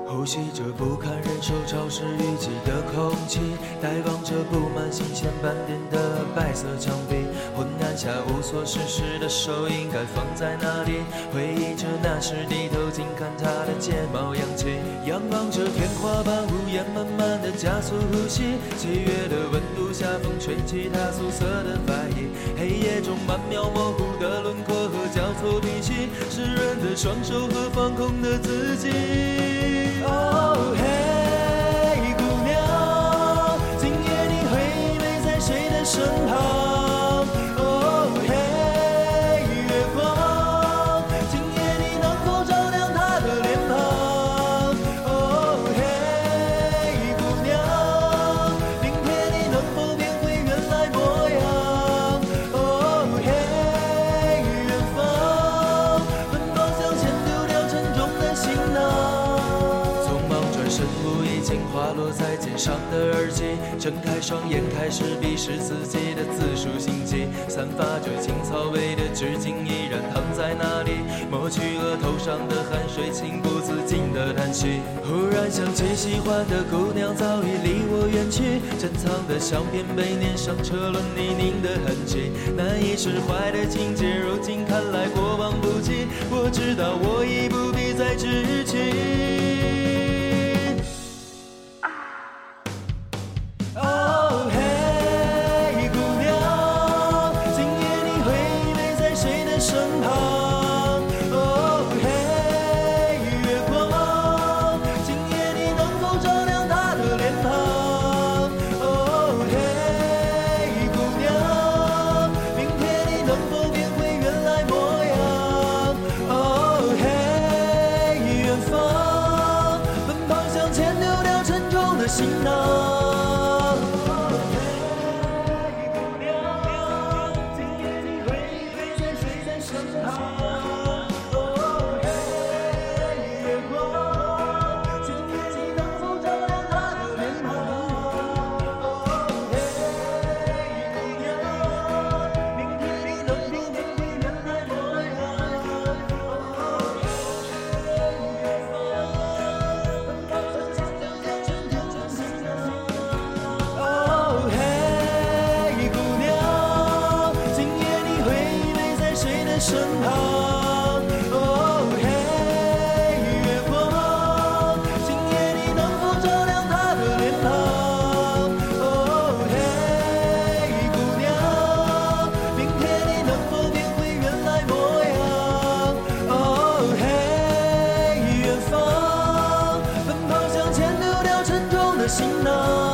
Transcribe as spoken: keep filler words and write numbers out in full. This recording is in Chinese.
呼吸着不堪忍受潮湿淤积的空气，呆望着布满新鲜斑点的白色墙壁，昏暗下无所事事的手应该放在哪里？回忆着那时低头紧看她的睫毛扬起，仰望着天花板屋檐慢慢的加速呼吸，七月的温度下风吹起她素色的发衣，黑夜中曼妙模糊的轮廓和交错鼻息，湿润的双手和放空的自己。哦嘿，姑娘，今夜你会陪在谁的身旁？哦嘿，月光，今夜你能否照亮她的脸庞？哦嘿，姑娘，明天你能否变回原来模样？哦嘿，远方，奔跑向前丢掉沉重的行囊。身无已经滑落在肩上的耳机，睁开双眼开始鼻视自己的自述心迹，散发着青草味的纸巾依然躺在那里，抹去额头上的汗水，情不自禁的叹息。忽然想起喜欢的姑娘早已离我远去，珍藏的相片被粘上车轮泥泞的痕迹，难以释怀的情节如今看来过往不及，我知道我已不必再执起。身旁，哦嘿，月光，今夜你能否照亮她的脸庞？哦嘿，姑娘，明天你能否变回原来模样？哦嘿，远方，奔跑向前丢掉沉重的行囊。身旁，哦嘿，月光，今夜你能否照亮她的脸庞？哦嘿，姑娘，明天你能否变回原来模样？哦嘿，远方，奔跑向前丢掉沉重的行囊。